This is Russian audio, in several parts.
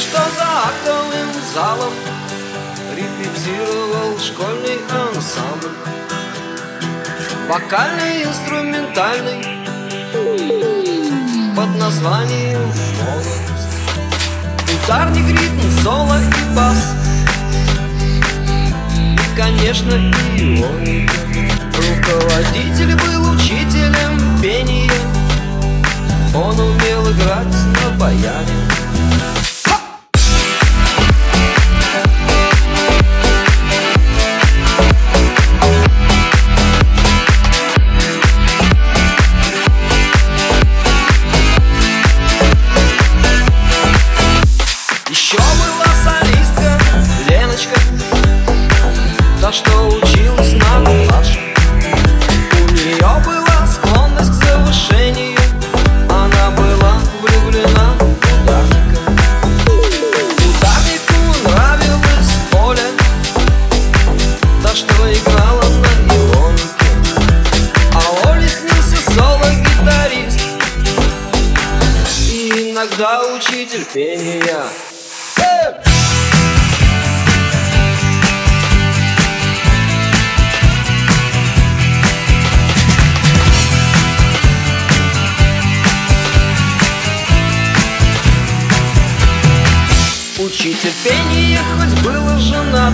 что за актовым залом репетировал школьный ансамбль. Вокальный, инструментальный, под названием «Молодость». Ударник, ритм, соло и бас, и, конечно, ионика. Руководитель был учителем пения, он умел играть на баяне. Еще была солистка Леночка, та, что училась намладше. У нее была склонность к завышению, она была влюблена в ударника. Ударнику нравилась Оля, та, что играла на ионике. А Оле снился соло-гитарист и иногда учитель пения. Учитель пения хоть был женат,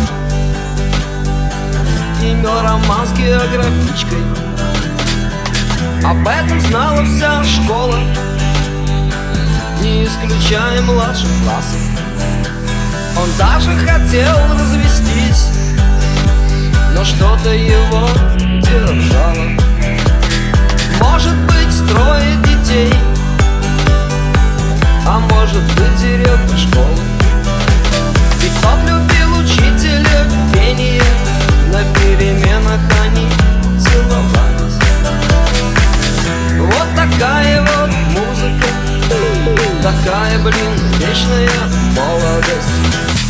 имел роман с географичкой. Об этом знала вся школа, не исключая младших классов. Он даже хотел развестись, но что-то его держало. Может быть, трое детей, а может быть, директор школы. Ведь тот любил учителя пения, на переменах они целовались. Вот такая вот музыка, такая, блин, вечная молодость.